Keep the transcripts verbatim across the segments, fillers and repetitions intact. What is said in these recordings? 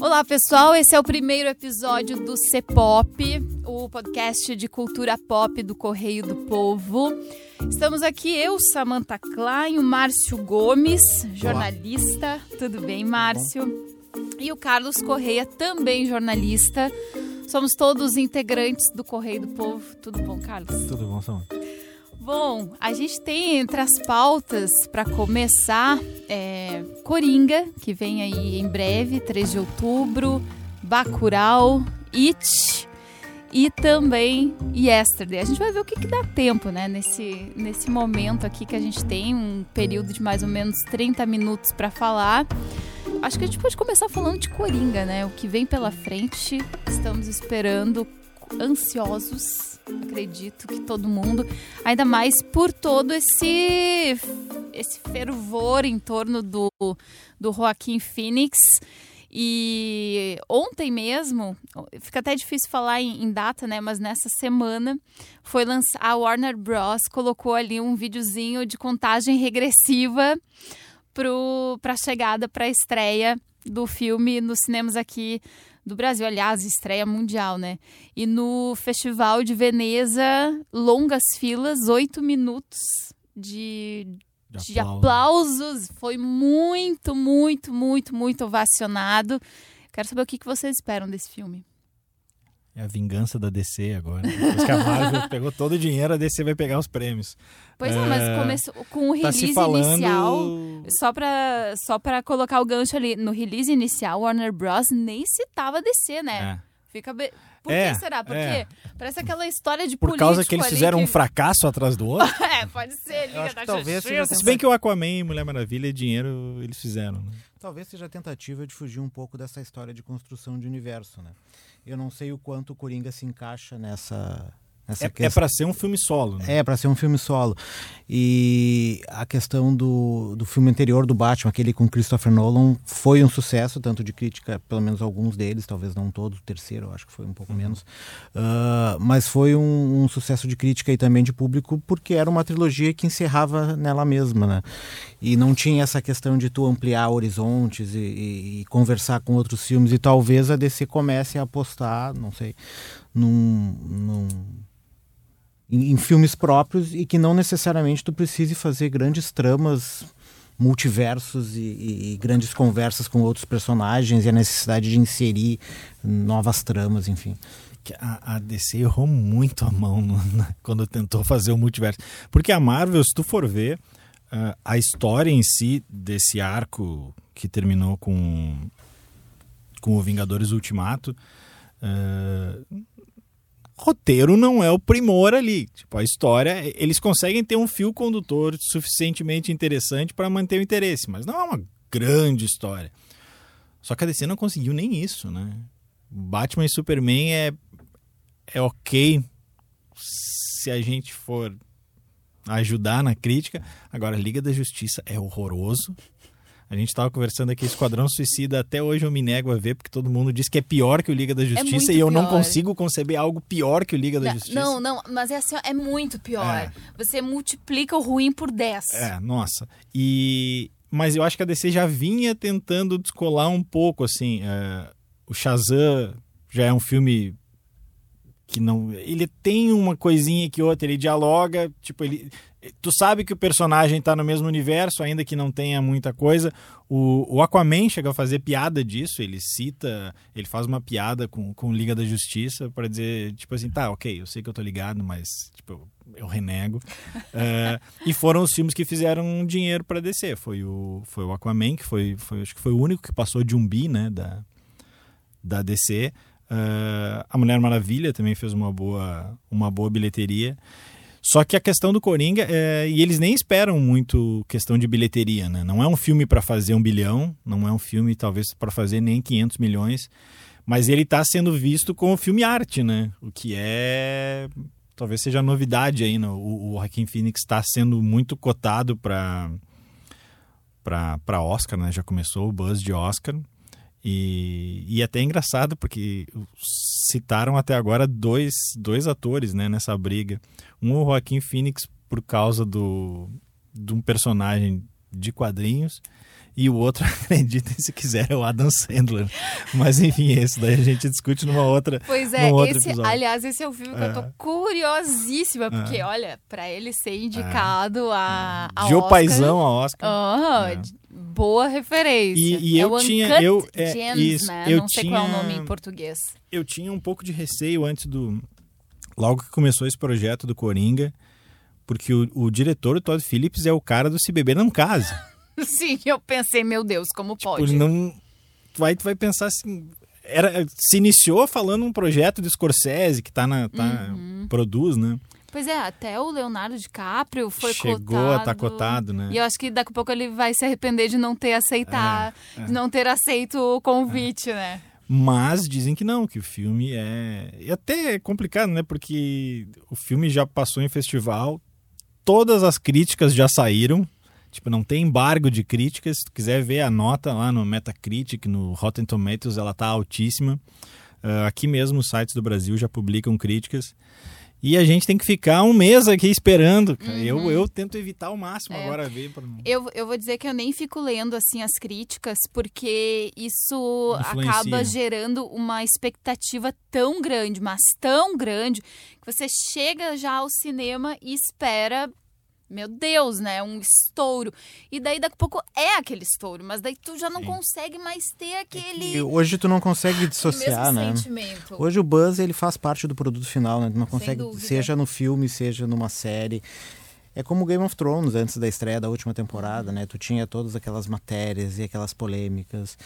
Olá, pessoal, esse é o primeiro episódio do C-Pop, o podcast de cultura pop do Correio do Povo. Estamos aqui, eu, Samantha Klein, o Márcio Gomes, jornalista. Olá. Tudo bem, Márcio? E o Carlos Correia, também jornalista. Somos todos integrantes do Correio do Povo. Tudo bom, Carlos? Tudo bom, Samantha. Bom, a gente tem entre as pautas, para começar, é, Coringa, que vem aí em breve, três de outubro, Bacurau, It e também Yesterday. A gente vai ver o que, que dá tempo, né, nesse, nesse momento aqui que a gente tem, um período de mais ou menos trinta minutos para falar. Acho que a gente pode começar falando de Coringa, né, o que vem pela frente, estamos esperando, ansiosos, acredito que todo mundo, ainda mais por todo esse esse fervor em torno do, do Joaquin Phoenix. E ontem mesmo, fica até difícil falar em, em data, né? Mas nessa semana foi lançar, a Warner Bros. Colocou ali um videozinho de contagem regressiva para a chegada, para a estreia do filme nos cinemas aqui do Brasil, aliás, estreia mundial, né? E no Festival de Veneza, longas filas, oito minutos de, de, de aplausos. Foi muito, muito, muito, muito ovacionado. Quero saber o que, que vocês esperam desse filme. É a vingança da D C agora. Depois que a Marvel pegou todo o dinheiro, a D C vai pegar os prêmios. Pois é, é mas começou com o release tá falando... inicial, só pra, só pra colocar o gancho ali, no release inicial, Warner Bros. Nem citava a D C, né? É. Fica be... Por é, que será? Porque é. parece aquela história de Por político causa que eles fizeram que... um fracasso atrás do outro? É, pode ser, Liga da talvez Justiça. Se bem que o Aquaman e Mulher Maravilha, dinheiro eles fizeram, né? Talvez seja a tentativa de fugir um pouco dessa história de construção de universo, né? Eu não sei o quanto o Coringa se encaixa nessa... nessa é questão. É para ser um filme solo, né? É, para ser um filme solo. E a questão do, do filme anterior do Batman, aquele com Christopher Nolan, foi um sucesso, tanto de crítica, pelo menos alguns deles, talvez não todos, o terceiro eu acho que foi um pouco uhum. menos. Uh, mas foi um, um sucesso de crítica e também de público, porque era uma trilogia que encerrava nela mesma, né? E não tinha essa questão de tu ampliar horizontes e, e, e conversar com outros filmes, e talvez a D C comece a apostar, não sei, num... num Em, em filmes próprios, e que não necessariamente tu precise fazer grandes tramas, multiversos e, e, e grandes conversas com outros personagens, e a necessidade de inserir novas tramas, enfim. A, a D C errou muito a mão no, na, quando tentou fazer o multiverso. Porque a Marvel, se tu for ver, uh, a história em si desse arco que terminou com, com o Vingadores Ultimato... Uh, roteiro não é o primor ali. Tipo, a história, eles conseguem ter um fio condutor suficientemente interessante para manter o interesse, mas não é uma grande história. Só que a D C não conseguiu nem isso, né? Batman e Superman é, é ok se a gente for ajudar na crítica. Agora, Liga da Justiça é horroroso. A gente estava conversando aqui, Esquadrão Suicida, até hoje eu me nego a ver, porque todo mundo diz que é pior que o Liga da Justiça, é e eu pior. não consigo conceber algo pior que o Liga da não, Justiça. Não, não, mas é assim, é muito pior. É. Você multiplica o ruim por dez. É, nossa. E... Mas eu acho que a D C já vinha tentando descolar um pouco, assim. É... O Shazam já é um filme que não... Ele tem uma coisinha que outra, ele dialoga, tipo, ele... Tu sabe que o personagem tá no mesmo universo, ainda que não tenha muita coisa. O, o Aquaman chega a fazer piada disso, ele cita, ele faz uma piada com, com Liga da Justiça para dizer, tipo assim, tá, ok, eu sei que eu tô ligado, mas tipo, eu, eu renego. uh, e foram os filmes que fizeram dinheiro pra D C. Foi o, foi o Aquaman, que foi, foi, acho que foi o único que passou de um bi, né, da, da D C. Uh, a Mulher Maravilha também fez uma boa, uma boa bilheteria. Só que a questão do Coringa, é, e eles nem esperam muito questão de bilheteria, né? Não é um filme para fazer um bilhão, não é um filme talvez para fazer nem quinhentos milhões, mas ele está sendo visto como filme arte, né? O que é, talvez seja novidade aí, né? O, o Joaquin Phoenix está sendo muito cotado para para Oscar, né? Já começou o buzz de Oscar. E, e até é engraçado porque citaram até agora dois, dois atores, né, nessa briga. Um, o Joaquin Phoenix, por causa do, de um personagem de quadrinhos, E o outro, acreditem se quiser, é o Adam Sandler. Mas enfim, esse daí a gente discute numa outra Pois é, num outro esse, episódio. aliás, esse é o filme que É. eu tô curiosíssima, porque, É. olha, pra ele ser indicado a, a Joe Oscar... Paizão a Oscar. Ah, É. d- boa referência. E- e é eu o tinha- Uncut eu- é, Gems, isso, né? eu Não sei qual é o tinha- nome em português. Eu tinha um pouco de receio antes do... Logo que começou esse projeto do Coringa, porque o, o diretor, o Todd Phillips, é o cara do Se Beber Não Case. Sim, eu pensei, meu Deus, como pode? Ele não... Tu vai, tu vai pensar assim... Era, se iniciou falando um projeto de Scorsese, que tá na... Tá, Uhum. produz, né? Pois é, até o Leonardo DiCaprio foi Chegou cotado. a estar cotado, né? E eu acho que daqui a pouco ele vai se arrepender de não ter aceitar, É, é. de não ter aceito o convite, né? Mas dizem que não, que o filme é... E até é complicado, né? Porque o filme já passou em festival, todas as críticas já saíram, tipo, não tem embargo de críticas. Se tu quiser ver a nota lá no Metacritic, no Rotten Tomatoes, ela tá altíssima. Uh, aqui mesmo os sites do Brasil já publicam críticas. E a gente tem que ficar um mês aqui esperando. Cara. Uhum. Eu, eu tento evitar ao máximo É. agora ver. Pra... Eu, eu vou dizer que eu nem fico lendo assim as críticas, porque isso Influencia. acaba gerando uma expectativa tão grande, mas tão grande, que você chega já ao cinema e espera, meu Deus, né? Um estouro. E daí daqui a pouco é aquele estouro, mas daí tu já não Sim. consegue mais ter aquele E hoje tu não consegue dissociar, mesmo né? sentimento. Hoje o buzz, ele faz parte do produto final, né? Tu não consegue, dúvida. seja no filme, seja numa série. É como Game of Thrones, antes da estreia da última temporada, né? Tu tinha todas aquelas matérias e aquelas polêmicas.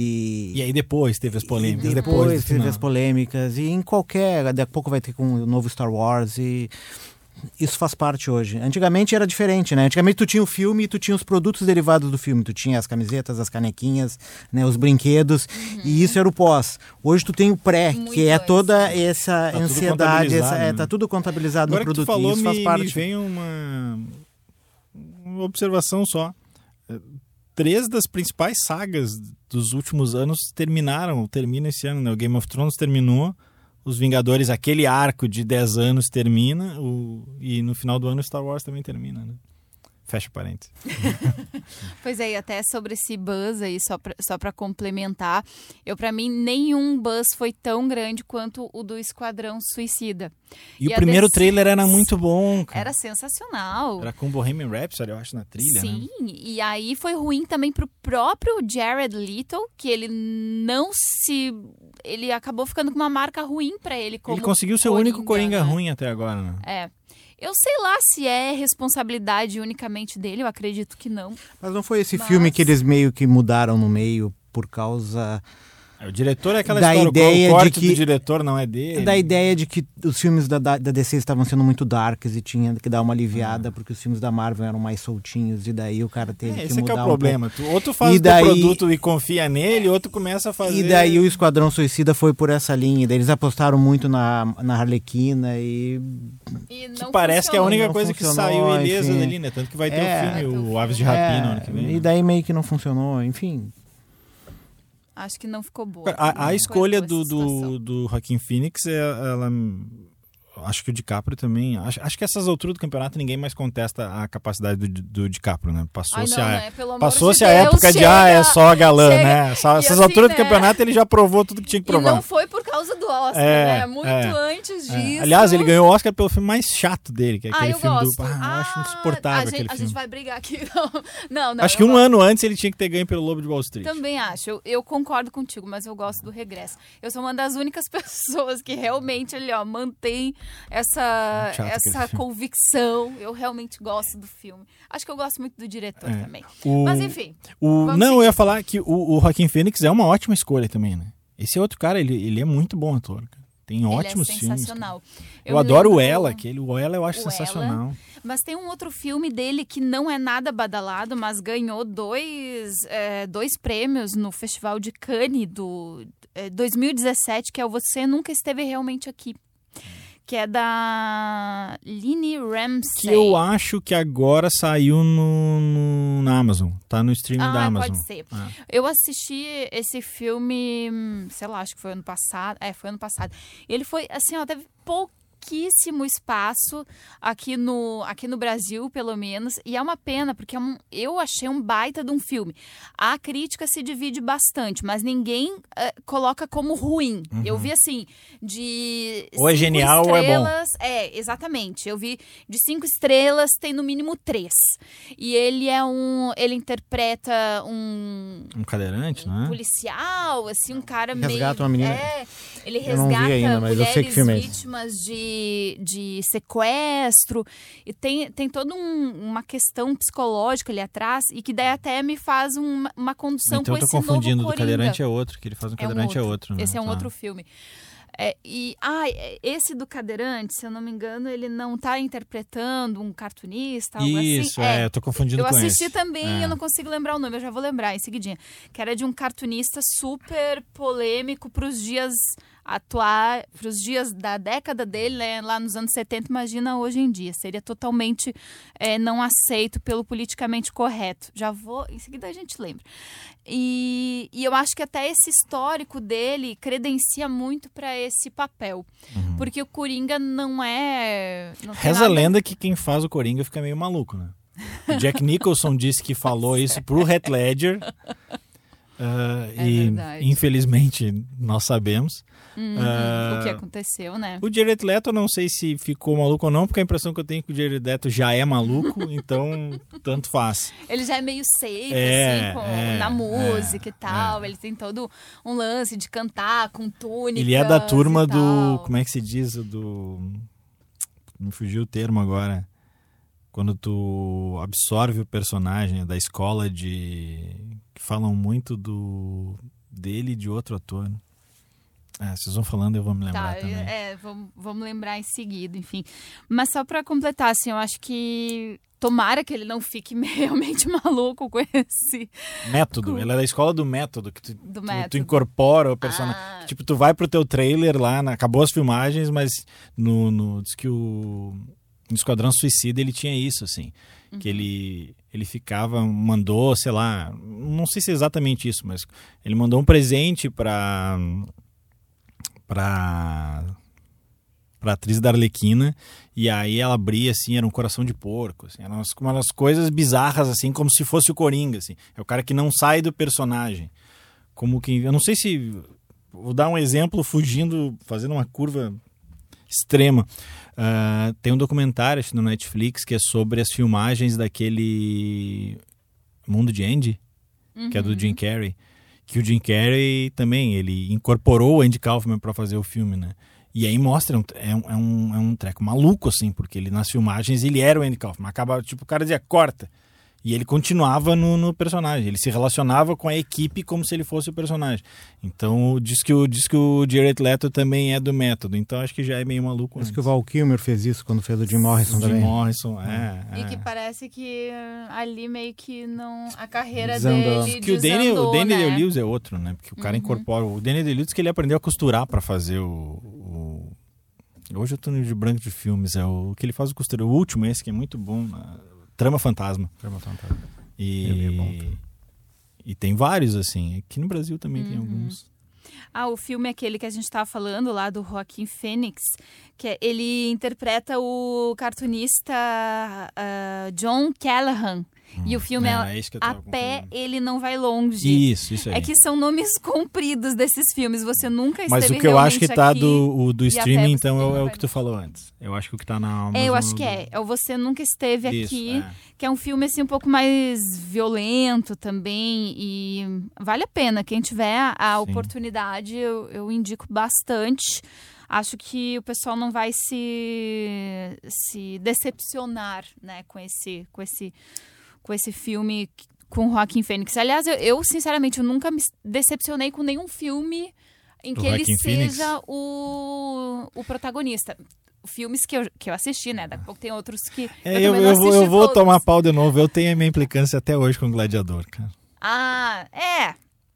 E, E aí depois teve as polêmicas. e depois, depois do teve final. as polêmicas. E em qualquer... Daqui a pouco vai ter com o novo Star Wars e... Isso faz parte hoje. Antigamente era diferente, né? Antigamente tu tinha o filme e tu tinha os produtos derivados do filme. Tu tinha as camisetas, as canequinhas, né? Os brinquedos. E isso era o pós. Hoje tu tem o pré, Muito que é antes. toda essa Tá tudo ansiedade. Essa, contabilizado, é, né? tá tudo contabilizado Agora no que tu produto. falou, e isso faz me, parte. me vem uma, uma observação só. Eh, Três das principais sagas dos últimos anos terminaram, termina esse ano, né? O Game of Thrones terminou, os Vingadores, aquele arco de dez anos termina, o, e no final do ano Star Wars também termina, né? Fecha parênteses. Pois é, e até sobre esse buzz aí, só pra, só pra complementar, eu pra mim nenhum buzz foi tão grande quanto o do Esquadrão Suicida. E, E o a primeiro D C trailer era muito bom, cara. Era sensacional. Era com Bohemian Rhapsody, eu acho, na trilha, Sim, né? e aí foi ruim também pro próprio Jared Leto, que ele não se... Ele acabou ficando com uma marca ruim pra ele como Ele conseguiu ser o único Coringa né? ruim até agora, né? É. Eu sei lá se é responsabilidade unicamente dele, eu acredito que não. Mas não foi esse Mas- filme que eles meio que mudaram no meio por causa O diretor é aquela Da história, ideia o corte de que- do diretor não é dele. da ideia de que os filmes da, da, da D C estavam sendo muito darks e tinha que dar uma aliviada porque os filmes da Marvel eram mais soltinhos e daí o cara teve É, que esse é que mudar é o um problema. Tu, ou tu faz E o teu daí- produto e confia nele, ou tu começa a pouco. fazer... E daí o Esquadrão Suicida foi por essa linha, daí eles apostaram muito na, na Arlequina e E Que não parece que é a funcionou. única Não coisa que funcionou, saiu ilesa enfim. dali, né? Tanto que vai ter É. o Vai ter filme, o o Aves de filme. Rapina, É, ano que vem. e né? daí meio que não funcionou, enfim. Acho que não ficou boa. A, a Não ficou escolha boa do, essa situação. do, do Joaquin Phoenix, é, ela... Acho que o DiCaprio também... Acho, acho que essas alturas do campeonato ninguém mais contesta a capacidade do, do DiCaprio, né? Ai, Passou-se não, a... né? Pelo amor Passou-se de a Deus, época de, chega, ah, é só galã, chega. né? Essa- E essas assim, alturas do né? campeonato ele já provou tudo que tinha que E provar. não foi por causa do Oscar, É, né? Muito é, antes É. disso. Aliás, ele ganhou o Oscar pelo filme mais chato dele, que é Ah, aquele eu filme gosto. do... Ah, eu acho Ah, insuportável a aquele gente, A filme. gente vai brigar aqui. Não, não. não Acho que eu um gosto. ano antes ele tinha que ter ganho pelo Lobo de Wall Street. Também acho. Eu, eu concordo contigo, mas eu gosto do Regresso. Eu sou uma das únicas pessoas que realmente ali, ó, mantém essa, Chato aquele essa filme. convicção. Eu realmente gosto do filme. Acho que eu gosto muito do diretor É. também. O- Mas enfim. O, Vamos não, seguir. eu ia falar que o, o Joaquin Phoenix é uma ótima escolha também, né? Esse outro cara, ele, ele é muito bom ator. Cara. Tem ótimos Ele é filmes. sensacional. Eu, me adoro o lembro- Ela, aquele o Ela eu acho O sensacional. Mas tem um outro filme dele que não é nada badalado, mas ganhou dois, é, dois prêmios no Festival de Cannes do é, dois mil e dezessete, que é o Você Nunca Esteve Realmente Aqui. Que é da Lini Ramsey. Que eu acho que agora saiu no, no- na Amazon. Tá no streaming Ah, da Amazon. pode ser. Ah. Eu assisti esse filme, hum, sei lá, acho que foi ano passado. É, foi ano passado. Ele foi, assim, ó, teve pouquíssimo espaço aqui no, aqui no Brasil, pelo menos, e é uma pena, porque é um, eu achei um baita de um filme. A crítica se divide bastante, mas ninguém uh, coloca como ruim. Uhum. Eu vi, assim, de ou é genial estrelas, ou é bom. É, exatamente. Eu vi de cinco estrelas, tem no mínimo três. E ele é um... Ele interpreta um... Um cadeirante, um não é? policial, assim, um cara resgata meio... Uma menina. É, ele eu não vi resgata ainda, mas eu sei que mulheres filme é esse. vítimas de, de sequestro. E tem, tem toda um, uma questão psicológica ali atrás e que daí até me faz uma, uma condução então com esse eu tô confundindo, novo do cadeirante é outro, que ele faz um cadeirante é um outro. é outro. Né? Esse é um tá. outro filme. É, e ah, esse do cadeirante, se eu não me engano, ele não tá interpretando um cartunista, algo Isso, assim. é, eu tô confundindo eu com assisti esse. também e é. eu não consigo lembrar o nome, eu já vou lembrar em seguidinha. Que era de um cartunista super polêmico pros dias atuar, pros dias da década dele, né, lá nos anos setenta, imagina hoje em dia. Seria totalmente é, não aceito pelo politicamente correto. Já vou, em seguida a gente lembra. E, e eu acho que até esse histórico dele credencia muito para esse papel. Uhum. Porque o Coringa não é... Não Reza nada... a lenda que quem faz o Coringa fica meio maluco, né? O Jack Nicholson disse que falou isso pro Heath Ledger. Uh, é e verdade. Infelizmente nós sabemos. Uhum, uh, o que aconteceu, né? O Jared Leto eu não sei se ficou maluco ou não, porque a impressão que eu tenho é que o Jared Leto já é maluco, então tanto faz. Ele já é meio safe, é, assim, com, é, na música é, e tal. É. Ele tem todo um lance de cantar com túnica. Ele é da turma do... Como é que se diz? Do... Me fugiu o termo agora. Quando tu absorve o personagem da escola de... que falam muito do dele e de outro ator. É, vocês vão falando, eu vou me lembrar tá, também. É, vamos, vamos lembrar em seguida, enfim. Mas só pra completar, assim, eu acho que tomara que ele não fique realmente maluco com esse... Método, com... ele é da escola do método, que tu, do tu, método. tu incorpora o personagem. Ah. Tipo, tu vai pro teu trailer lá, na, acabou as filmagens, mas no, no, diz que o no Esquadrão Suicida ele tinha isso, assim. Uhum. Que ele, ele ficava, mandou, sei lá, não sei se é exatamente isso, mas ele mandou um presente pra... pra pra atriz da Arlequina, e aí ela abria, assim, era um coração de porco, assim, eram umas, umas coisas bizarras, assim, como se fosse o Coringa, assim, é o cara que não sai do personagem, como que, eu não sei se, vou dar um exemplo fugindo, fazendo uma curva extrema, uh, tem um documentário, acho, no Netflix, que é sobre as filmagens daquele Mundo de Andy, uhum. que é do Jim Carrey, que o Jim Carrey também, ele incorporou o Andy Kaufman para fazer o filme, né? E aí mostra, é um, é, um, é um treco maluco, assim, porque ele nas filmagens ele era o Andy Kaufman. Acaba, tipo, o cara dizia, corta. E ele continuava no, no personagem. Ele se relacionava com a equipe como se ele fosse o personagem. Então, diz que o, diz que o Jared Leto também é do método. Então, acho que já é meio maluco. Acho que o Val Kilmer fez isso quando fez o Jim Morrison o também. Jim Morrison, é, é. E que parece que ali meio que não... A carreira Desandou. dele que o Danny, desandou, o Danny né? DeLuise é outro, né? Porque o cara uhum. incorpora... O Danny DeLuise que ele aprendeu a costurar pra fazer o... o... Hoje eu tô no de branco de filmes. É o que ele faz o costureiro. O último, esse que é muito bom. Trama Fantasma. Trama Fantasma. E, é bom. E tem vários, assim. Aqui no Brasil também uhum. tem alguns. Ah, o filme é aquele que a gente estava falando lá do Joaquin Phoenix, que é, ele interpreta o cartunista uh, John Callahan. Hum, e o filme é, é A Pé Ele Não Vai Longe. Isso, isso aí. É que são nomes compridos desses filmes. Você nunca esteve Mas o que eu acho que tá aqui, do, o, do streaming, então, é, é o vai... que tu falou antes. Eu acho que o que tá na Amazon... É, eu acho que é. É o Você Nunca Esteve isso, Aqui, é. que é um filme assim, um pouco mais violento também. E vale a pena. Quem tiver a Sim. oportunidade, eu, eu indico bastante. Acho que o pessoal não vai se, se decepcionar, né, com esse... Com esse com esse filme com Joaquin Phoenix. Aliás, eu, eu, sinceramente, eu nunca me decepcionei com nenhum filme em que ele seja o, o protagonista. Filmes que eu, que eu assisti, né? Daqui a pouco tem outros que é, eu, eu, eu, vou, eu vou todos. tomar pau de novo. Eu tenho a minha implicância até hoje com o Gladiador, cara. Ah, é...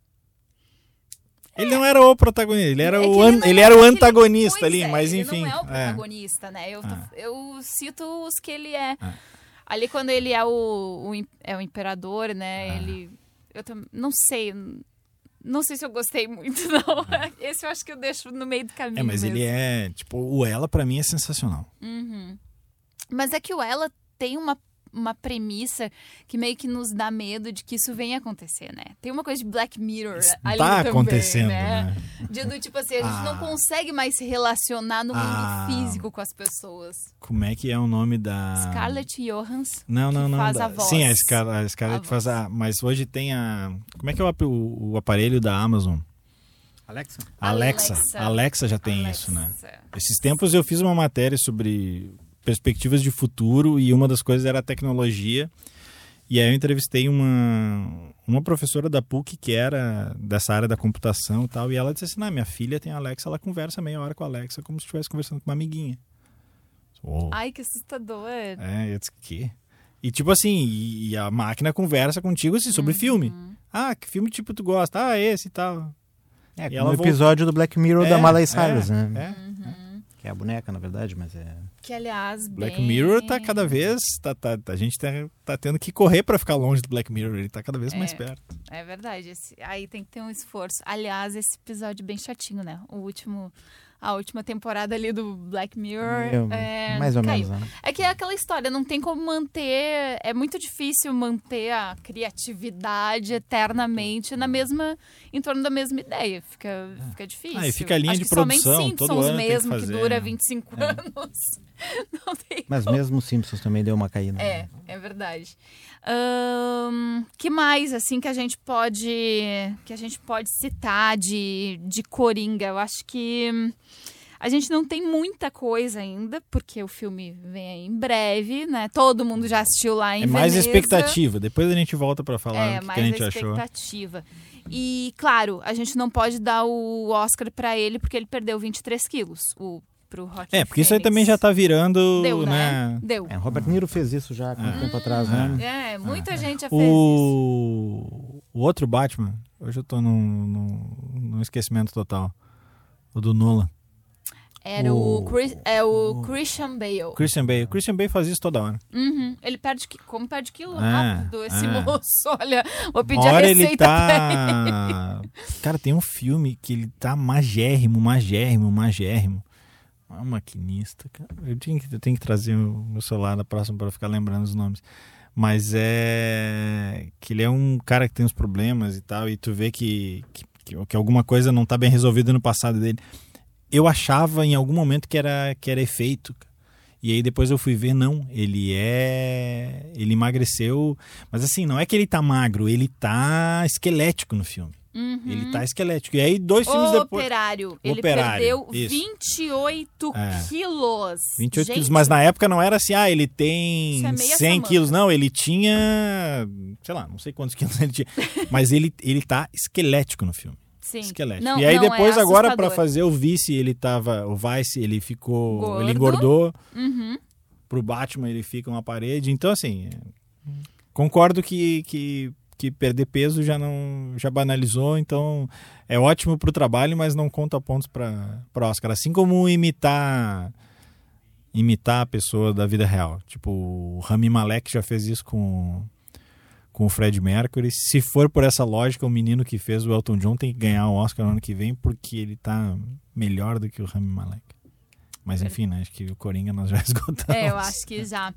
Ele não era o protagonista, ele era, é o, an, ele ele era o aquele, antagonista ali, é, mas enfim. Ele não é o protagonista, é. né? Eu, tô, eu cito os que ele é... é. Ali quando ele é o, o, é o imperador, né? Ah. Ele... Eu tam, não sei... Não sei se eu gostei muito, não. Esse eu acho que eu deixo no meio do caminho É, mas mesmo. ele é... Tipo, o Ela, pra mim, é sensacional. Uhum. Mas é que o Ela tem uma, uma premissa que meio que nos dá medo de que isso venha acontecer, né? Tem uma coisa de Black Mirror Isso ali tá também, acontecendo, né? né? De, do tipo assim, a gente Ah. não consegue mais se relacionar no mundo Ah. físico com as pessoas. Como é que é o nome da... Scarlett Johansson, Não, não, que não. faz da- a voz. Sim, a, Scar a Scarlett A faz a... Mas hoje tem a... Como é que é o, ap- o, o aparelho da Amazon? Alexa? Alexa. Alexa. Alexa já tem Alexa. isso, né? Esses tempos eu fiz uma matéria sobre perspectivas de futuro e uma das coisas era a tecnologia. E aí eu entrevistei uma, uma professora da P U C que era dessa área da computação e tal. E ela disse assim, não, minha filha tem a Alexa, ela conversa meia hora com a Alexa como se estivesse conversando com uma amiguinha. Oh. Ai, que assustador. É, eu disse que... E tipo assim, e a máquina conversa contigo assim, sobre Uhum. filme. Ah, que filme tipo tu gosta? Ah, esse e tal. É, E como ela o voltou. episódio do Black Mirror É, da Miley é, Cyrus, né? é. Uhum. Que é a boneca, na verdade, mas é... Que, aliás, Black bem... Mirror tá cada vez... Tá, tá, a gente tá, tá tendo que correr pra ficar longe do Black Mirror. Ele tá cada vez mais É. perto. É verdade, esse- aí tem que ter um esforço. Aliás, esse episódio é bem chatinho, né? O último, a última temporada ali do Black Mirror. Eu- é, mais ou caiu. menos, né? É que é aquela história, não tem como manter. É muito difícil manter a criatividade eternamente na mesma, em torno da mesma ideia. Fica, fica difícil. Ah, e fica a linha Acho de que somente produção, todo Simpsons ano tem que mesmo, que, fazer, dura né? vinte e cinco É. anos. Não tem Mas mesmo o Simpsons também deu uma caída. é, é verdade. Ahn, que mais, assim, que a gente pode que a gente pode citar de, de Coringa? Eu acho que hum, a gente não tem muita coisa ainda, porque o filme vem aí em breve, né? Todo mundo já assistiu lá em É mais Veneza. expectativa. Depois a gente volta pra falar É, o que, mais que a gente a achou. expectativa. E, claro, a gente não pode dar o Oscar pra ele, porque ele perdeu vinte e três quilos. O Pro Joaquin É, porque isso aí Phoenix. também já tá virando, Deu, né? né? Deu. É, o Robert Niro fez isso já há muito É. tempo atrás, né? É, muita gente já fez isso. O... o outro Batman, hoje eu tô num, num, num esquecimento total. O do Nolan. Era o, O- Chris- é o Christian Bale. Christian Bale. Christian Bale faz isso toda hora. Uhum. Ele perde qui- como perde quilo É, rápido esse é. moço. Olha, vou pedir Uma a hora receita ele pra ele. tá... Cara, tem um filme que ele tá magérrimo, magérrimo, magérrimo. É um maquinista, cara. Eu tenho que, eu tenho que trazer o meu celular na próxima para ficar lembrando os nomes. Mas é... que ele é um cara que tem uns problemas e tal, e tu vê que, que, que alguma coisa não tá bem resolvida no passado dele. Eu achava em algum momento que era, que era efeito. E aí depois eu fui ver, não, ele é... Ele emagreceu, mas assim, não é que ele tá magro, ele tá esquelético no filme. Uhum. Ele tá esquelético. E aí dois filmes O depois... operário, ele Operário, perdeu isso. vinte e oito É. quilos. vinte e oito Gente, quilos, mas na época não era assim, ah, ele Isso tem é meia cem semana. quilos. Não, ele tinha, sei lá, não sei quantos quilos ele tinha. Mas ele, ele tá esquelético no filme. sim. Esquelético. Não, e aí não, depois, é agora, pra assustador. fazer o Vice, ele tava. O Vice, ele ficou. Gordo. Ele engordou. Uhum. Pro Batman, ele fica uma parede. Então, assim. é, Concordo que, que, que perder peso já não. Já banalizou. Então, é ótimo pro trabalho, mas não conta pontos pra, pra Oscar. Assim como imitar. Imitar a pessoa da vida real. Tipo, o Rami Malek já fez isso com. Com o Fred Mercury. Se for por essa lógica, o menino que fez o Elton John tem que ganhar o Oscar no ano que vem, porque ele tá melhor do que o Rami Malek. Mas enfim, né? Acho que o Coringa nós já esgotamos. É, eu acho que já.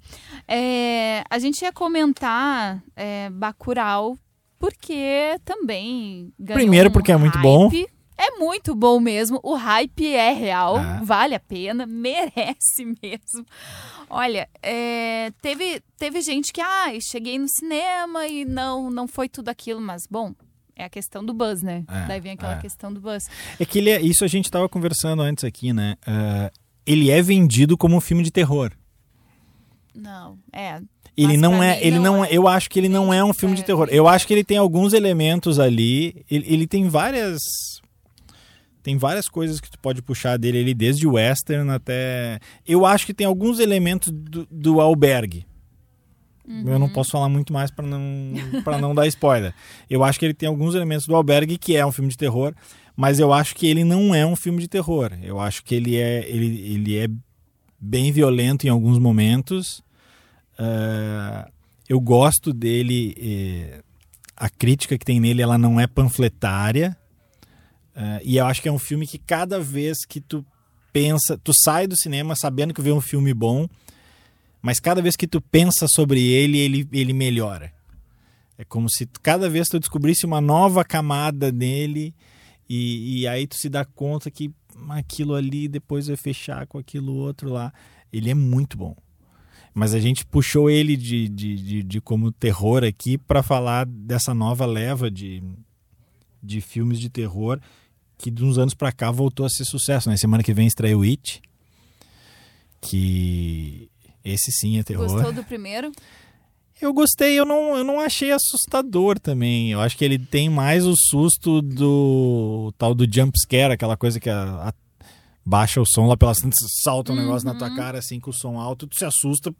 É, a gente ia comentar é, Bacurau, porque também ganhou Primeiro, um porque é muito hype. bom. É muito bom mesmo. O hype é real, É. vale a pena, merece mesmo. Olha, é, teve, teve gente que, ah, cheguei no cinema e não, não foi tudo aquilo, mas bom. É a questão do buzz, né? É, Daí vem aquela é. questão do buzz. É que ele é, isso a gente tava conversando antes aqui, né? Ah, ele é vendido como um filme de terror. Não, é. Ele Mas não pra é, mim ele não não, é. eu acho que ele não é um filme de É, terror. é. Eu acho que ele tem alguns elementos ali, ele, ele tem várias tem várias coisas que tu pode puxar dele, ele desde o western até, eu acho que tem alguns elementos do, do Albergue. Uhum. Eu não posso falar muito mais para não para não dar spoiler. Eu acho que ele tem alguns elementos do Albergue que é um filme de terror, mas eu acho que ele não é um filme de terror. Eu acho que ele é ele, ele é bem violento em alguns momentos. Uh, eu gosto dele. Eh, a crítica que tem nele, ela não é panfletária. Uh, e eu acho que é um filme que cada vez que tu pensa... Tu sai do cinema sabendo que vê um filme bom, mas cada vez que tu pensa sobre ele, ele, ele melhora. É como se cada vez tu descobrisse uma nova camada nele e, e aí tu se dá conta que aquilo ali depois vai fechar com aquilo outro lá. Ele é muito bom. Mas a gente puxou ele de, de, de, de como terror aqui para falar dessa nova leva de, de filmes de terror que de uns anos para cá voltou a ser sucesso. Né? Semana que vem estreia o It, que esse sim é terror. Gostou do primeiro? Eu gostei, eu não, eu não achei assustador também. Eu acho que ele tem mais o susto do tal do jump scare, aquela coisa que a, a baixa o som lá pelas tantas, salta um uhum. negócio na tua cara assim com o som alto, tu se assusta.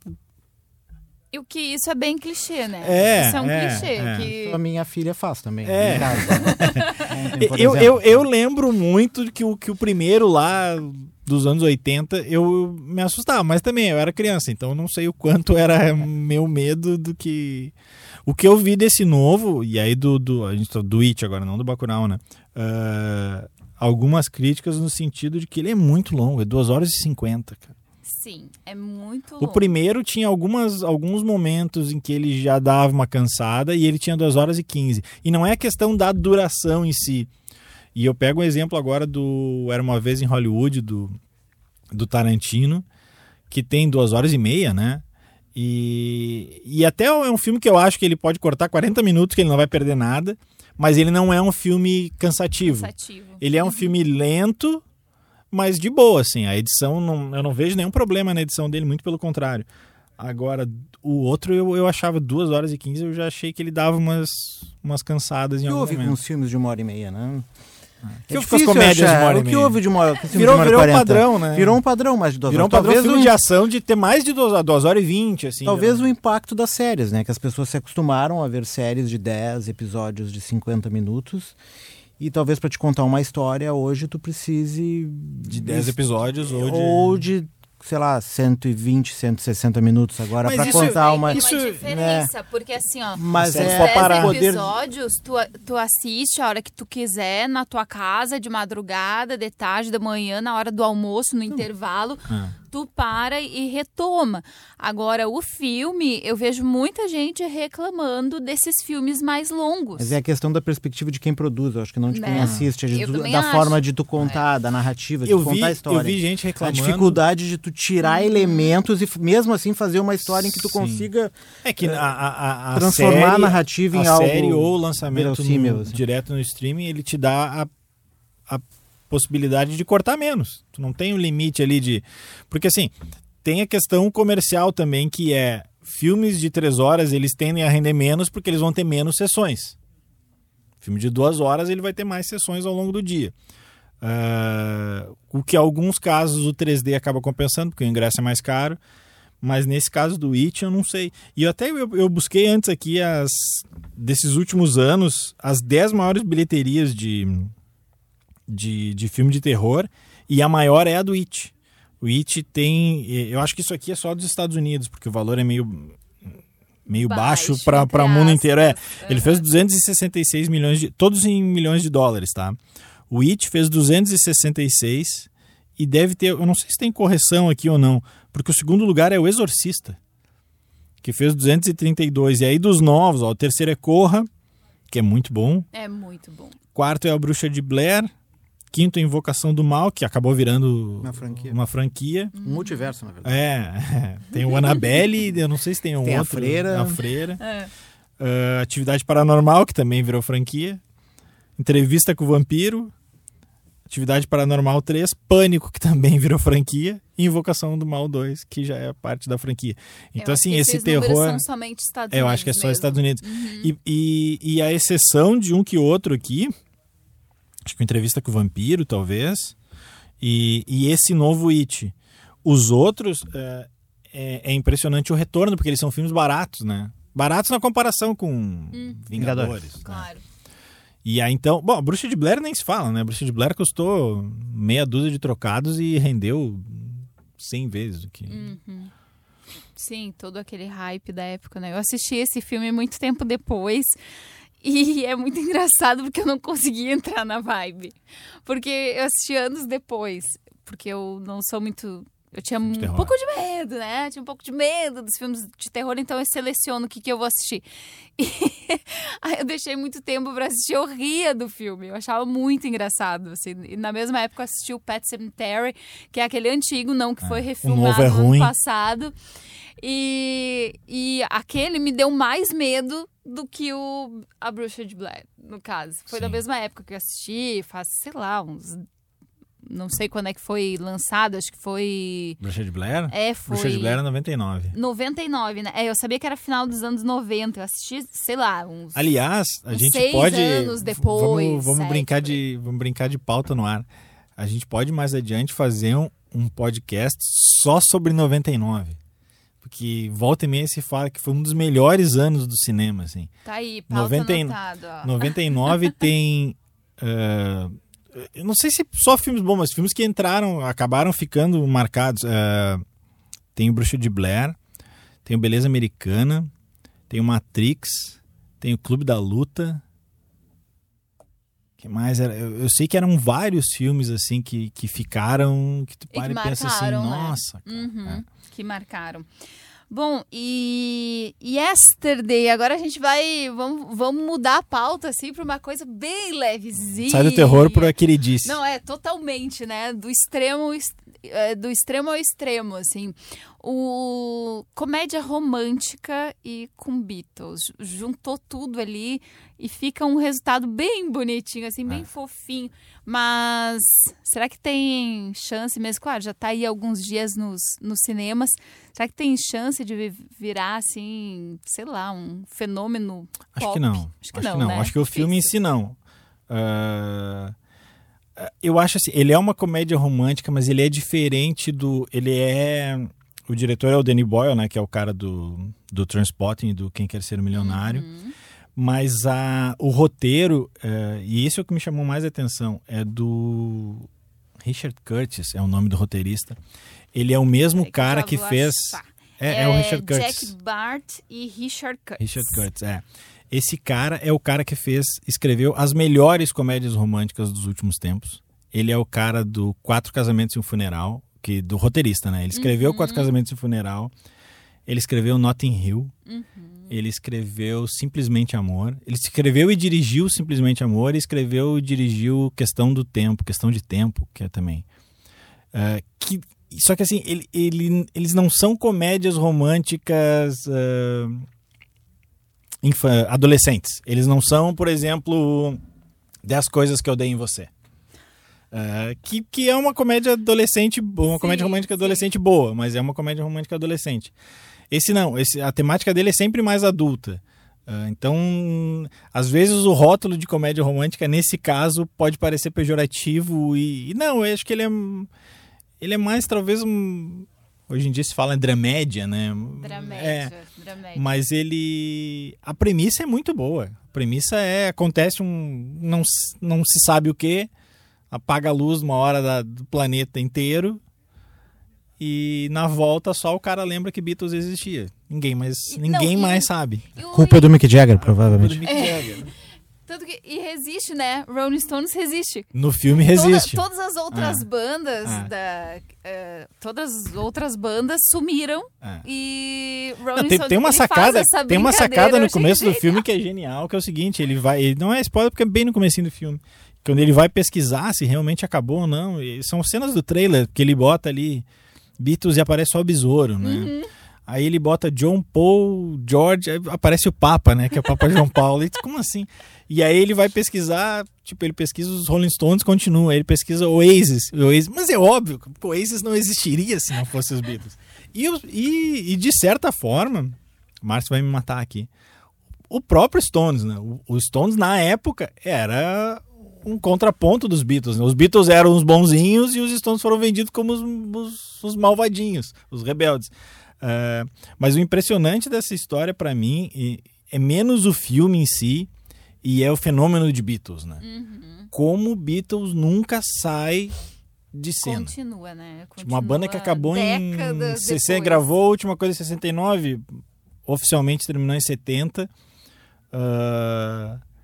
E o que isso é bem clichê, né? É, isso é um é, clichê. É. Que... A minha filha faz também. É. Em casa. Ontem, eu, eu, eu lembro muito que o, que o primeiro lá dos anos oitenta eu me assustava, mas também eu era criança, então eu não sei o quanto era meu medo do que... O que eu vi desse novo, e aí do, do, a gente tá do It agora, não do Bacurau, né? Uh, algumas críticas no sentido de que ele é muito longo, é duas horas e cinquenta, cara. Sim, é muito longo. O primeiro tinha algumas, alguns momentos em que ele já dava uma cansada e ele tinha duas horas e quinze. E não é a questão da duração em si. E eu pego um exemplo agora do Era Uma Vez em Hollywood, do, do Tarantino, que tem duas horas e meia, né? E, e até é um filme que eu acho que ele pode cortar quarenta minutos, que ele não vai perder nada, mas ele não é um filme cansativo. Cansativo. Ele é um filme lento, mas de boa, assim. A edição, não, eu não vejo nenhum problema na edição dele, muito pelo contrário. Agora, o outro eu, eu achava duas horas e quinze, eu já achei que ele dava umas, umas cansadas em algum houve momento. uns filmes de uma hora e meia, né? Que é difícil comédias de uma hora e meia. O que meia. houve de uma hora, virou, virou um padrão, né? Virou um padrão mais de duas virou horas. Virou um padrão talvez filme um... de ação de ter mais de duas, duas horas e vinte, assim. Talvez né? o impacto das séries, né? Que as pessoas se acostumaram a ver séries de dez episódios de cinquenta minutos. E talvez para te contar uma história, hoje tu precise... De dez episódios ou de... Ou de, sei lá, cento e vinte, cento e sessenta minutos agora para contar tem, uma... Tem isso, uma diferença, né? Porque assim, ó... Mas é dez parar. episódios, tu, tu assiste a hora que tu quiser, na tua casa, de madrugada, de tarde, da manhã, na hora do almoço, no hum. intervalo... Ah. Tu para e retoma. Agora, o filme, eu vejo muita gente reclamando desses filmes mais longos. Mas é a questão da perspectiva de quem produz, eu acho que não de quem né? assiste, de, da acho. forma de tu contar, é. da narrativa, de eu tu vi, contar a história. Eu vi gente reclamando. A dificuldade de tu tirar hum. elementos e mesmo assim fazer uma história em que tu Sim. consiga é que a, a, a transformar série, a narrativa em a algo série ou o lançamento no, assim. direto no streaming, ele te dá a, a possibilidade de cortar menos. Tu não tem um limite ali de... Porque assim... Tem a questão comercial também, que é filmes de três horas, eles tendem a render menos porque eles vão ter menos sessões. Filme de duas horas, ele vai ter mais sessões ao longo do dia. Uh, o que em alguns casos o três D acaba compensando, porque o ingresso é mais caro. Mas nesse caso do It, eu não sei. E eu até eu, eu busquei antes aqui, as, desses últimos anos, as dez maiores bilheterias de, de, de filme de terror, e a maior é a do It. O It tem... Eu acho que isso aqui é só dos Estados Unidos, porque o valor é meio, meio baixo, baixo para o mundo inteiro. É, uhum. Ele fez duzentos e sessenta e seis milhões de... Todos em milhões de dólares, tá? O It fez duzentos e sessenta e seis e deve ter... Eu não sei se tem correção aqui ou não, porque o segundo lugar é o Exorcista, que fez duzentos e trinta e dois. E aí dos novos, ó, o terceiro é Corra, que é muito bom. É muito bom. Quarto é a Bruxa de Blair. Quinto, Invocação do Mal, que acabou virando uma franquia. Uma franquia. Um multiverso, na verdade. É, tem o Annabelle, eu não sei se tem um tem outro. A Freira. A Freira. É. Uh, Atividade Paranormal, que também virou franquia. Entrevista com o Vampiro. Atividade Paranormal três. Pânico, que também virou franquia. E Invocação do Mal dois, que já é parte da franquia. Então, eu assim, acho que esse esses terror... são somente Estados é, eu Unidos acho que é só mesmo. Estados Unidos. Uhum. E, e, e a exceção de um que outro aqui... Acho que uma Entrevista com o Vampiro, talvez. E, e esse novo It. Os outros, é, é, é impressionante o retorno, porque eles são filmes baratos, né? Baratos na comparação com hum. Vingadores. Claro. Né? E aí, então... Bom, a Bruxa de Blair nem se fala, né? A Bruxa de Blair custou meia dúzia de trocados e rendeu cem vezes o que... Uhum. Sim, todo aquele hype da época, né? Eu assisti esse filme muito tempo depois... E é muito engraçado porque eu não conseguia entrar na vibe. Porque eu assisti anos depois. Porque eu não sou muito... Eu tinha um terror. pouco de medo, né? Eu tinha um pouco de medo dos filmes de terror, então eu seleciono o que, que eu vou assistir. E aí eu deixei muito tempo pra assistir, eu ria do filme. Eu achava muito engraçado, assim. E na mesma época eu assisti o Pet Sematary, que é aquele antigo, não, que foi É, refilmado o novo é no ruim. ano passado. E, e aquele me deu mais medo do que o A Bruxa de Blair, no caso. Foi Sim. da mesma época que eu assisti, faz, sei lá, uns... Não sei quando é que foi lançado, acho que foi... Bruxa de Blair? É, foi... Bruxa de Blair é noventa e nove. noventa e nove, né? É, eu sabia que era final dos anos noventa. Eu assisti, sei lá, uns... Aliás, a Uns gente seis pode... anos depois, Vamos, vamos, sete, brincar por aí. de, vamos brincar de pauta no ar. A gente pode mais adiante fazer um, um podcast só sobre noventa e nove. Porque volta e meia se fala que foi um dos melhores anos do cinema, assim. Tá aí, pauta noventa e- anotada, ó. noventa e nove tem... ah, eu não sei se só filmes bons, mas filmes que entraram, acabaram ficando marcados. Ah, tem o Bruxa de Blair, tem o Beleza Americana, tem o Matrix, tem o Clube da Luta. Que mais era? Eu, eu sei que eram vários filmes assim que, que ficaram, que tu que para e pensa assim, marcaram, né? nossa, cara. Uhum, É. que marcaram. Bom, e Yesterday, agora a gente vai, vamos, vamos mudar a pauta, assim, para uma coisa bem levezinha. Sai do terror por aquele disse. Não, é, totalmente, né, do extremo, est- é, do extremo ao extremo, assim. O comédia romântica e com Beatles, juntou tudo ali e fica um resultado bem bonitinho, assim, bem É. fofinho. Mas será que tem chance mesmo? Claro, já tá aí alguns dias nos, nos cinemas. Será que tem chance de vi- virar, assim, sei lá, um fenômeno Acho pop? que não. Acho que não, né? Acho que o filme em Difícil. si não. Ah, eu acho assim, ele é uma comédia romântica, mas ele é diferente do... Ele é... O diretor é o Danny Boyle, né? Que é o cara do, do Trainspotting, do Quem Quer Ser um Milionário. Uhum. Mas a, o roteiro, eh, e isso é o que me chamou mais a atenção, é do Richard Curtis, é o nome do roteirista. Ele é o mesmo Peraí eu cara já que vou fez... achar. É, é o Richard Curtis. Jack Bart e Richard Curtis. Richard Curtis, é. Esse cara é o cara que fez, escreveu as melhores comédias românticas dos últimos tempos. Ele é o cara do Quatro Casamentos e um Funeral, que, do roteirista, né? Ele escreveu Uhum. Quatro Casamentos e um Funeral, ele escreveu Notting Hill, Uhum. ele escreveu Simplesmente Amor, ele escreveu e dirigiu Simplesmente Amor, e escreveu e dirigiu Questão do Tempo, Questão de Tempo, que é também... Uh, que, só que assim, ele, ele, eles não são comédias românticas... Uh, Infa- adolescentes. Eles não são, por exemplo, dez coisas que eu dei em você. Uh, que, que é uma comédia adolescente, uma Sim, comédia romântica sim. adolescente boa, mas é uma comédia romântica adolescente. Esse não, esse, a temática dele é sempre mais adulta. Uh, então, às vezes o rótulo de comédia romântica, nesse caso, pode parecer pejorativo e, e não, eu acho que ele é, ele é mais, talvez, um... Hoje em dia se fala em dramédia, né? Dramédia, É, dramédia. mas ele... A premissa é muito boa. A premissa é... Acontece um... Não, s- não se sabe o que. Apaga a luz uma hora da- do planeta inteiro. E na volta só o cara lembra que Beatles existia. Ninguém mais, E- ninguém não, e mais o- sabe. E o- Culpa do Mick Jagger, Do provavelmente. Mick Jagger. Tanto que, e resiste, né? Rolling Stones resiste. No filme Toda- resiste. todas as outras Ah. bandas Ah. da, eh, todas as outras bandas sumiram É. e Rolling Não, tem, Stones tem uma ele faz sacada, essa tem uma brincadeira, sacada eu no achei começo do genial. filme que é genial, que é o seguinte, ele vai, ele não é spoiler porque é bem no comecinho do filme. Quando ele vai pesquisar se realmente acabou ou não, e são cenas do trailer que ele bota ali Beatles e aparece só o besouro, né? Uhum. Aí ele bota John Paul, George, aí aparece o Papa, né? Que é o Papa João Paulo. E tu, como assim? E aí ele vai pesquisar, tipo, ele pesquisa os Rolling Stones, continua. Aí ele pesquisa Oasis, Oasis. Mas é óbvio, que o Oasis não existiria se não fosse os Beatles. E, o- e, e de certa forma, o Márcio vai me matar aqui, o próprio Stones, né? O- Os Stones, na época, era um contraponto dos Beatles, né? Os Beatles eram os bonzinhos e os Stones foram vendidos como os, os, os malvadinhos, os rebeldes. Uh, mas o impressionante dessa história pra mim e- é menos o filme em si e é o fenômeno de Beatles, né? Uhum. Como Beatles nunca sai de cena. Continua, né? Tipo, uma banda que acabou em décadas sessenta, depois. gravou a última coisa em sessenta e nove, oficialmente terminou em setenta. Uh,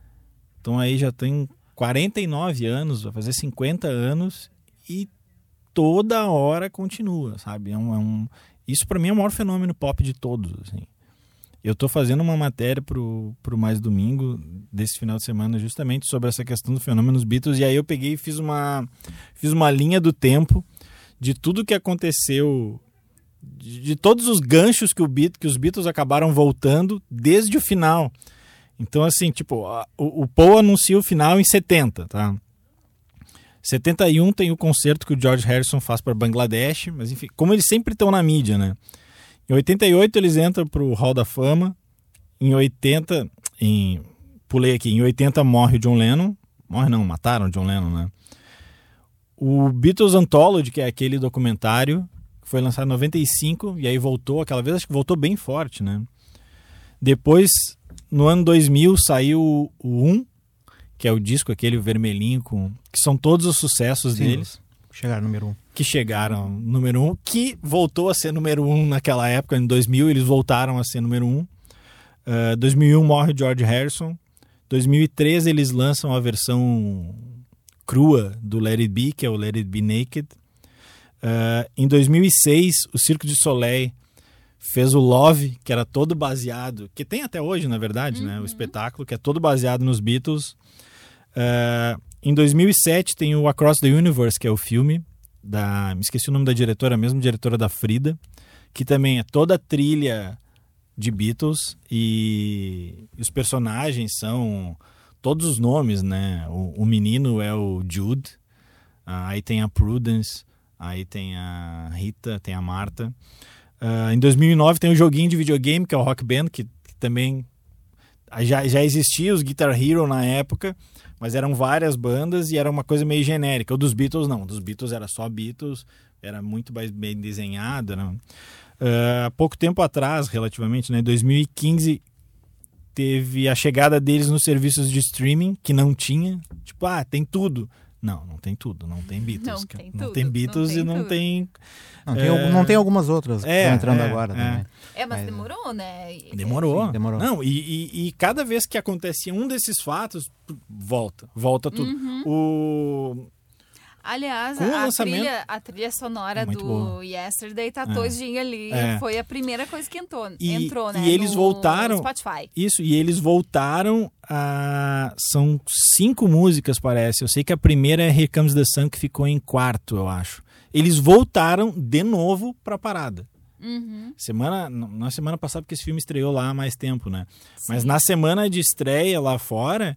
Então aí já tem quarenta e nove anos, vai fazer cinquenta anos e toda hora continua, sabe? É um, é um... Isso para mim é o maior fenômeno pop de todos, assim. Eu tô fazendo uma matéria pro, pro Mais Domingo desse final de semana justamente sobre essa questão do fenômeno dos Beatles, e aí eu peguei e fiz uma, fiz uma linha do tempo de tudo que aconteceu, de, de todos os ganchos que, o Beat, que os Beatles acabaram voltando desde o final. Então, assim, tipo, a, o, o Paul anuncia o final em setenta, tá? setenta e um tem o concerto que o George Harrison faz para Bangladesh, mas enfim, como eles sempre estão na mídia, né? Em oitenta e oito eles entram pro Hall da Fama, em oitenta, em, pulei aqui, em oitenta morre o John Lennon, morre não, mataram o John Lennon, né? O Beatles Anthology, que é aquele documentário, foi lançado em noventa e cinco, e aí voltou, aquela vez acho que voltou bem forte, né? Depois, no ano dois mil, saiu o um, que é o disco aquele vermelhinho, com, que são todos os sucessos Sim, deles. Chegaram número um. Que chegaram número um, que voltou a ser número um naquela época, em dois mil eles voltaram a ser número um. Uh, dois mil e um morre George Harrison. dois mil e treze eles lançam a versão crua do Let It Be, que é o Let It Be Naked. Uh, em dois mil e seis, o Cirque du Soleil fez o Love, que era todo baseado, que tem até hoje, na verdade, uhum. né, o espetáculo, que é todo baseado nos Beatles. Uh, em dois mil e sete tem o Across the Universe, que é o filme, da, me esqueci o nome da diretora, a mesma diretora da Frida, que também é toda a trilha de Beatles, e os personagens são todos os nomes, né? O, o menino é o Jude, uh, aí tem a Prudence, aí tem a Rita, tem a Marta. Uh, em dois mil e nove tem um joguinho de videogame, que é o Rock Band, que, que também já, já existia os Guitar Hero na época, mas eram várias bandas e era uma coisa meio genérica. O dos Beatles não, o dos Beatles era só Beatles, era muito mais bem desenhado. Né? Uh, há pouco tempo atrás, relativamente, né, em dois mil e quinze, teve a chegada deles nos serviços de streaming, que não tinha. Tipo, ah, tem tudo. Não, não tem tudo, não tem Beatles. Não tem, não tudo, tem Beatles não tem e não tudo. tem... Não tem, é... não tem algumas outras que é, estão entrando é, agora é. também. É, mas, mas demorou, né? Demorou. Sim, demorou. Não, e, e, e cada vez que acontecia um desses fatos, volta, volta tudo. Uhum. O... Aliás, Com o a, lançamento- trilha, a trilha sonora Muito do boa. Yesterday tá É. todinha ali. É. Foi a primeira coisa que entrou, E- entrou né? e eles no voltaram- Spotify. Isso, e eles voltaram a... São cinco músicas, parece. Eu sei que a primeira é Here Comes the Sun, que ficou em quarto, eu acho. Eles voltaram de novo pra parada. Uhum. Semana, na semana passada, porque esse filme estreou lá há mais tempo, né? Sim. Mas na semana de estreia lá fora,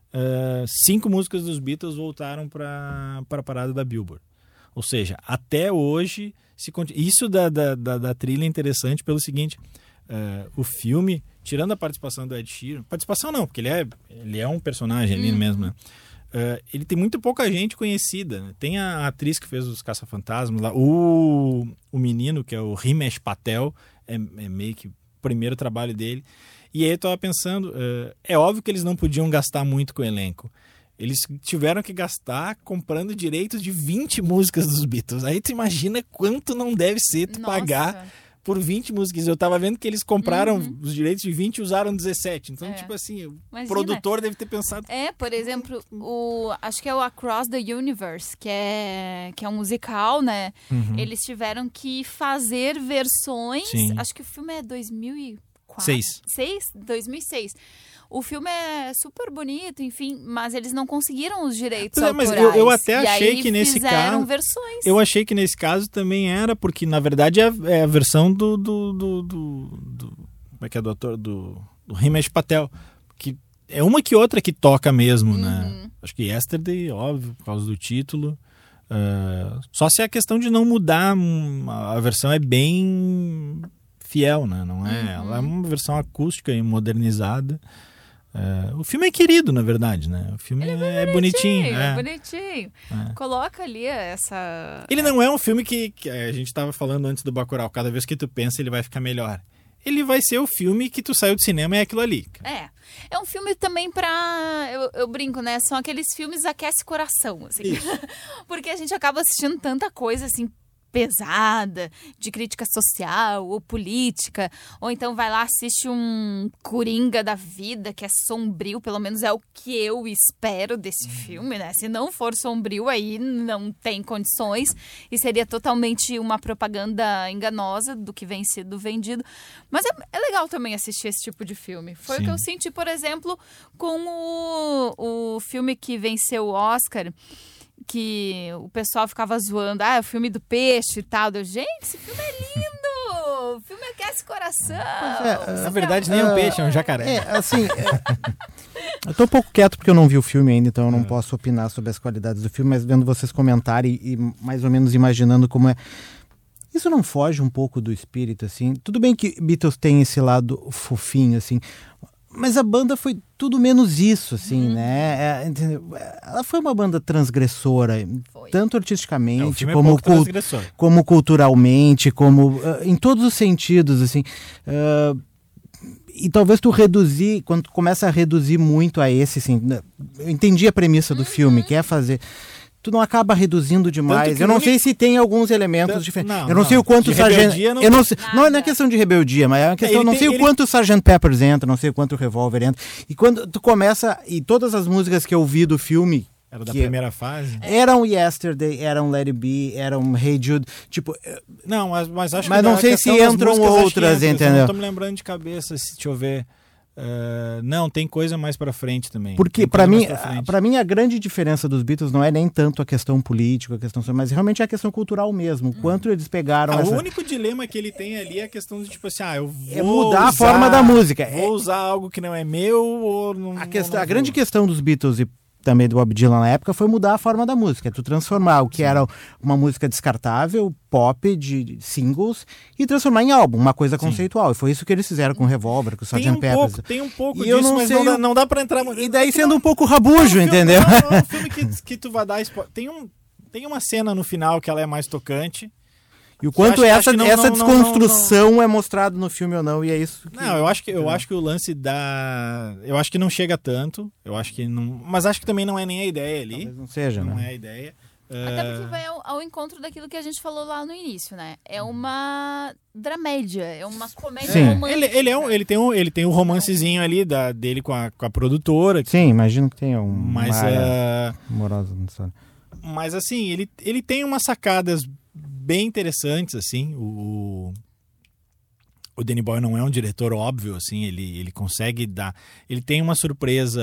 uh, cinco músicas dos Beatles voltaram para a parada da Billboard. Ou seja, até hoje, se conti- isso da, da, da, da trilha é interessante pelo seguinte, uh, o filme, tirando a participação do Ed Sheeran, participação não, porque ele é, ele é um personagem ali Uhum. mesmo, né? Uh, ele tem muito pouca gente conhecida, né? Tem a atriz que fez os Caça-Fantasmas lá, o, o menino, que é o Himesh Patel, é, é meio que o primeiro trabalho dele. E aí eu tava pensando, uh, é óbvio que eles não podiam gastar muito com o elenco. Eles tiveram que gastar comprando direitos de vinte músicas dos Beatles. Aí tu imagina quanto não deve ser tu Nossa. pagar por vinte músicas. Eu tava vendo que eles compraram Uhum. os direitos de vinte e usaram dezessete. Então, É. tipo assim, o Imagina. produtor deve ter pensado... É, por exemplo, o, acho que é o Across the Universe, que é, que é um musical, né? Uhum. Eles tiveram que fazer versões. Sim. Acho que o filme é dois mil e quatro. Seis. Seis? dois mil e seis. O filme é super bonito, enfim, mas eles não conseguiram os direitos Pois é, mas autorais. eu- eu até E achei aí que nesse fizeram caso- versões. Eu achei que nesse caso também era, porque na verdade é a, é a versão do, do, do, do, do... Como é que é do ator? Do, do Himesh Patel. Que é uma que outra que toca mesmo, né? Uhum. Acho que Yesterday, óbvio, por causa do título. Uh, só se é a questão de não mudar, hum, a a versão é bem fiel, né? Não é, Uhum. ela é uma versão acústica e modernizada. Uh, o filme é querido, na verdade, né? O filme é, é bonitinho. É é. bonitinho. É. Coloca ali essa... Ele não é um filme que, que a gente estava falando antes do Bacurau. Cada vez que tu pensa, ele vai ficar melhor. Ele vai ser o filme que tu saiu do cinema e é aquilo ali. É. É um filme também pra... Eu, eu brinco, né? São aqueles filmes aquece coração, assim. Isso. Porque a gente acaba assistindo tanta coisa, assim, pesada, de crítica social ou política, ou então vai lá, assiste um Coringa da vida, que é sombrio, pelo menos é o que eu espero desse filme, né? Se não for sombrio, aí não tem condições, e seria totalmente uma propaganda enganosa do que vem sendo vendido. Mas é, é legal também assistir esse tipo de filme. Foi Sim. o que eu senti, por exemplo, com o, o filme que venceu o Oscar, que o pessoal ficava zoando, ah, é o filme do peixe e tal. Eu, gente, esse filme é lindo! O filme aquece o coração. É, na verdade, nem é um peixe, é um jacaré. É, assim, é, eu tô um pouco quieto porque eu não vi o filme ainda, então eu não é. posso opinar sobre as qualidades do filme, mas vendo vocês comentarem e, e mais ou menos imaginando como é. Isso não foge um pouco do espírito, assim? Tudo bem que Beatles tem esse lado fofinho, assim, mas a banda foi tudo menos isso, assim, hum. né? É, entendeu? Ela foi uma banda transgressora, foi. tanto artisticamente, é, como, é cult- como culturalmente, como uh, em todos os sentidos, assim. Uh, e talvez tu reduzir, quando tu começa a reduzir muito a esse, assim, eu entendi a premissa do uhum. filme, que é fazer... Tu não acaba reduzindo demais. Eu não sei se tem alguns elementos Tanto, diferentes. Não, eu não, não sei o quanto o Sargent... Não, eu não, sei... não é questão de rebeldia, mas é uma questão... É, não tem, sei ele... o quanto o sergeant Pepper's entra, não sei o quanto o Revolver entra. E quando tu começa... E todas as músicas que eu vi do filme... Era da primeira fase? Eram Yesterday, eram Let It Be, eram Hey Jude. Tipo... Não, mas, mas acho mas que... Mas não sei se entram outras, entram, entendeu? Eu não tô me lembrando de cabeça, se deixa eu ver... Uh, não, tem coisa mais pra frente também. Porque pra mim, pra mim a grande diferença dos Beatles não é nem tanto a questão política, a questão, mas realmente é a questão cultural mesmo. Hum. Quanto eles pegaram... Ah, essa... O único dilema que ele tem ali é a questão de tipo assim, ah, eu vou é mudar usar, a forma da música. Vou usar algo que não é meu ou não... A, questão, ou não a grande questão dos Beatles e também do Bob Dylan na época foi mudar a forma da música, tu transformar o que Sim. era uma música descartável, pop, de singles, e transformar em álbum, uma coisa Sim. conceitual. E foi isso que eles fizeram com o Revolver, com o sergeant um Pepper's. Pouco, tem um pouco e disso, não mas sei não, o... dá, não dá pra entrar... E daí sendo um pouco rabujo, não, entendeu? Não, não, é um filme que, que tu vai dar... Tem, um, tem uma cena no final que ela é mais tocante. E o quanto acho, essa, acho não, essa não, desconstrução não, não, não. é mostrado no filme ou não, e é isso que... Não, eu acho que, eu acho que o lance da... Eu acho que não chega tanto, eu acho que não... Mas acho que também não é nem a ideia ali. Talvez não seja, Não né? é a ideia. Até porque vai ao, ao encontro daquilo que a gente falou lá no início, né? É uma dramédia, é uma comédia Sim. romântica. Ele, ele, é um, ele, tem um, ele tem um romancezinho ali da, dele com a, com a produtora. Sim, imagino que tenha um... Mas, uh... amorosa, não sabe. Mas assim, ele, ele tem umas sacadas bem interessantes, assim. O, o Danny Boyle não é um diretor óbvio, assim. Ele, ele consegue dar... Ele tem uma surpresa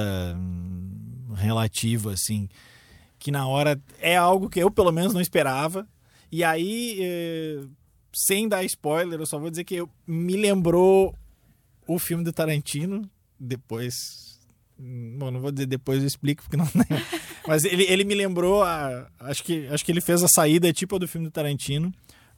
relativa, assim, que na hora é algo que eu, pelo menos, não esperava. E aí, eh, sem dar spoiler, eu só vou dizer que eu, me lembrou o filme do Tarantino. Depois... Bom, não vou dizer depois, eu explico, porque não lembro. Mas ele, ele me lembrou, a, acho, que, acho que ele fez a saída tipo a do filme do Tarantino.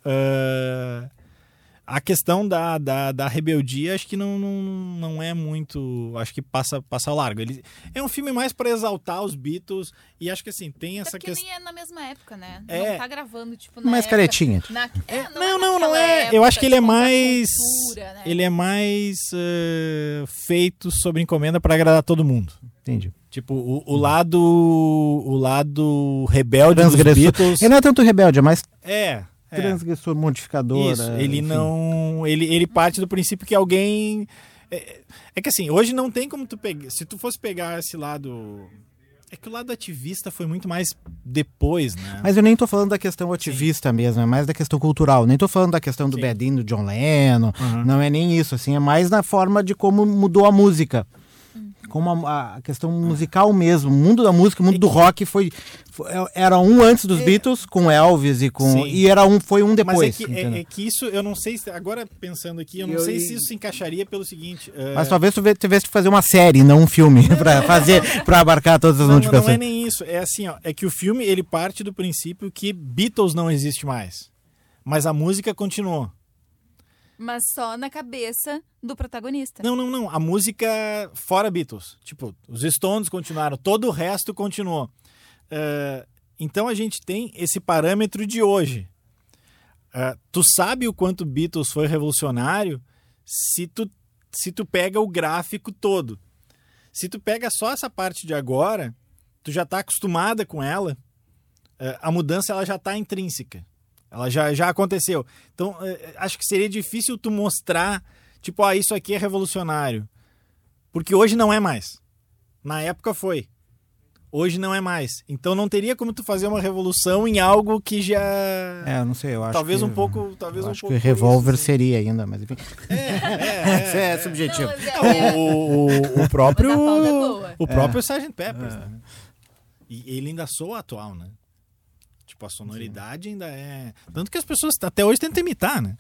Uh, a questão da, da, da rebeldia, acho que não, não, não é muito... Acho que passa, passa ao largo. Ele, é um filme mais para exaltar os Beatles, e acho que assim, tem essa questão... nem é na mesma época, né? É. Não tá gravando, tipo, na mais época... caretinha. Na, é, não, não, é não, não é. Época, eu acho que ele é tipo, mais... cultura, né? Ele é mais uh, feito sob encomenda para agradar todo mundo. Entendi. Tipo, o, o lado o lado rebelde dos Transgressor. Beatles... Ele não é tanto rebelde, é mais É, é. transgressor, modificador. Isso, é, ele enfim. não... Ele, ele parte do princípio que alguém... É, é que assim, hoje não tem como tu pegar... Se tu fosse pegar esse lado... É que o lado ativista foi muito mais depois, né? Mas eu nem tô falando da questão ativista Sim. mesmo, é mais da questão cultural. Nem tô falando da questão do Sim. Bad In, do John Lennon. Uhum. Não é nem isso, assim. É mais na forma de como mudou a música. Como a, a questão musical mesmo. O mundo da música, o mundo do rock foi, foi... Era um antes dos é. Beatles, com Elvis e com... Sim. E era um, foi um depois. Mas é que, é, é que isso, eu não sei... Se, agora, pensando aqui, eu não eu, sei e... se isso se encaixaria pelo seguinte... Uh... Mas talvez tu tivesse que fazer uma série, não um filme, para fazer, para abarcar todas as não, notificações. Não é nem isso. É assim, ó. É que o filme, ele parte do princípio que Beatles não existe mais. Mas a música continuou. Mas só na cabeça do protagonista. Não, não, não. A música fora Beatles. Tipo, os Stones continuaram, todo o resto continuou. Uh, então a gente tem esse parâmetro de hoje. Uh, tu sabe o quanto Beatles foi revolucionário se tu, se tu pega o gráfico todo. Se tu pega só essa parte de agora, tu já tá acostumada com ela, uh, a mudança ela já tá intrínseca. Ela já, já aconteceu. Então, acho que seria difícil tu mostrar, tipo, ah, isso aqui é revolucionário. Porque hoje não é mais. Na época foi. Hoje não é mais. Então não teria como tu fazer uma revolução em algo que já... É, eu não sei, eu acho talvez que... um pouco, talvez eu um acho pouco que Revolver isso, assim. seria ainda, mas enfim. É, é, Isso é, é subjetivo. Não, é, o, o, o próprio... Mas a pauta é boa. O próprio é. sargento Peppers, é. né? E ele ainda soa atual, né? Tipo, a sonoridade Sim. ainda é... Tanto que as pessoas até hoje tentam imitar, né?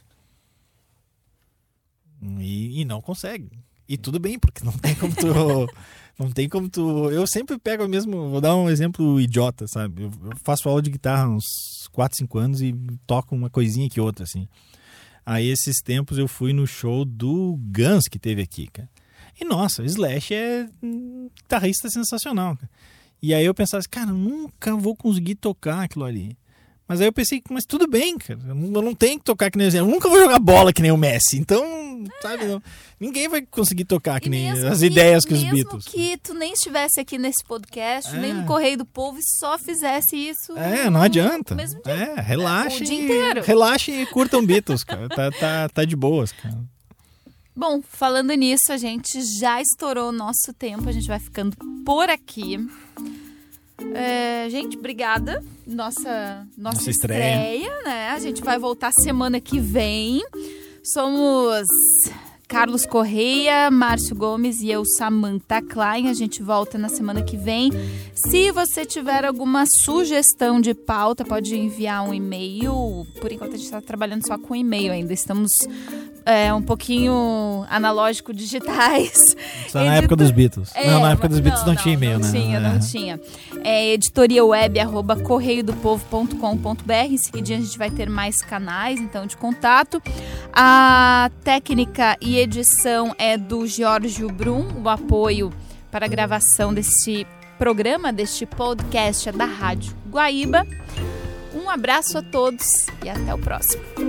E, e não conseguem. E tudo bem, porque não tem como tu... Não tem como tu... Eu sempre pego o mesmo... Vou dar um exemplo idiota, sabe? Eu, eu faço aula de guitarra há uns quatro, cinco anos e toco uma coisinha que outra, assim. Aí, esses tempos, eu fui no show do Guns que teve aqui, cara. E, nossa, o Slash é um guitarrista sensacional, cara. E aí eu pensava assim, cara, eu nunca vou conseguir tocar aquilo ali. Mas aí eu pensei, mas tudo bem, cara. Eu não, eu não tenho que tocar que nem o Zé. Eu nunca vou jogar bola que nem o Messi. Então, sabe, não, ninguém vai conseguir tocar que nem as que, ideias que os Beatles. Mesmo que tu nem estivesse aqui nesse podcast, é. nem no Correio do Povo, e só fizesse isso... É, não adianta. No mesmo dia. É, relaxe. O dia inteiro. Relaxe e curtam Beatles, cara. Tá, tá, tá de boas, cara. Bom, falando nisso, a gente já estourou o nosso tempo. A gente vai ficando por aqui. É, gente, obrigada. Nossa, nossa, nossa estreia. estreia, né? A gente vai voltar semana que vem. Somos Carlos Correia, Márcio Gomes e eu, Samantha Klein. A gente volta na semana que vem. Se você tiver alguma sugestão de pauta, pode enviar um e-mail. Por enquanto a gente está trabalhando só com e-mail ainda. Estamos é, um pouquinho analógico digitais. Só na época dos Beatles. É, não, na época dos Beatles não, não tinha e-mail, não né? Tinha, não é. tinha. É editoriaweb arroba correio do povo ponto com ponto b r. Em seguidinho a gente vai ter mais canais, então, de contato. A técnica e edição é do Giorgio Brum. O apoio para a gravação deste programa, deste podcast é da Rádio Guaíba. Um abraço a todos e até o próximo.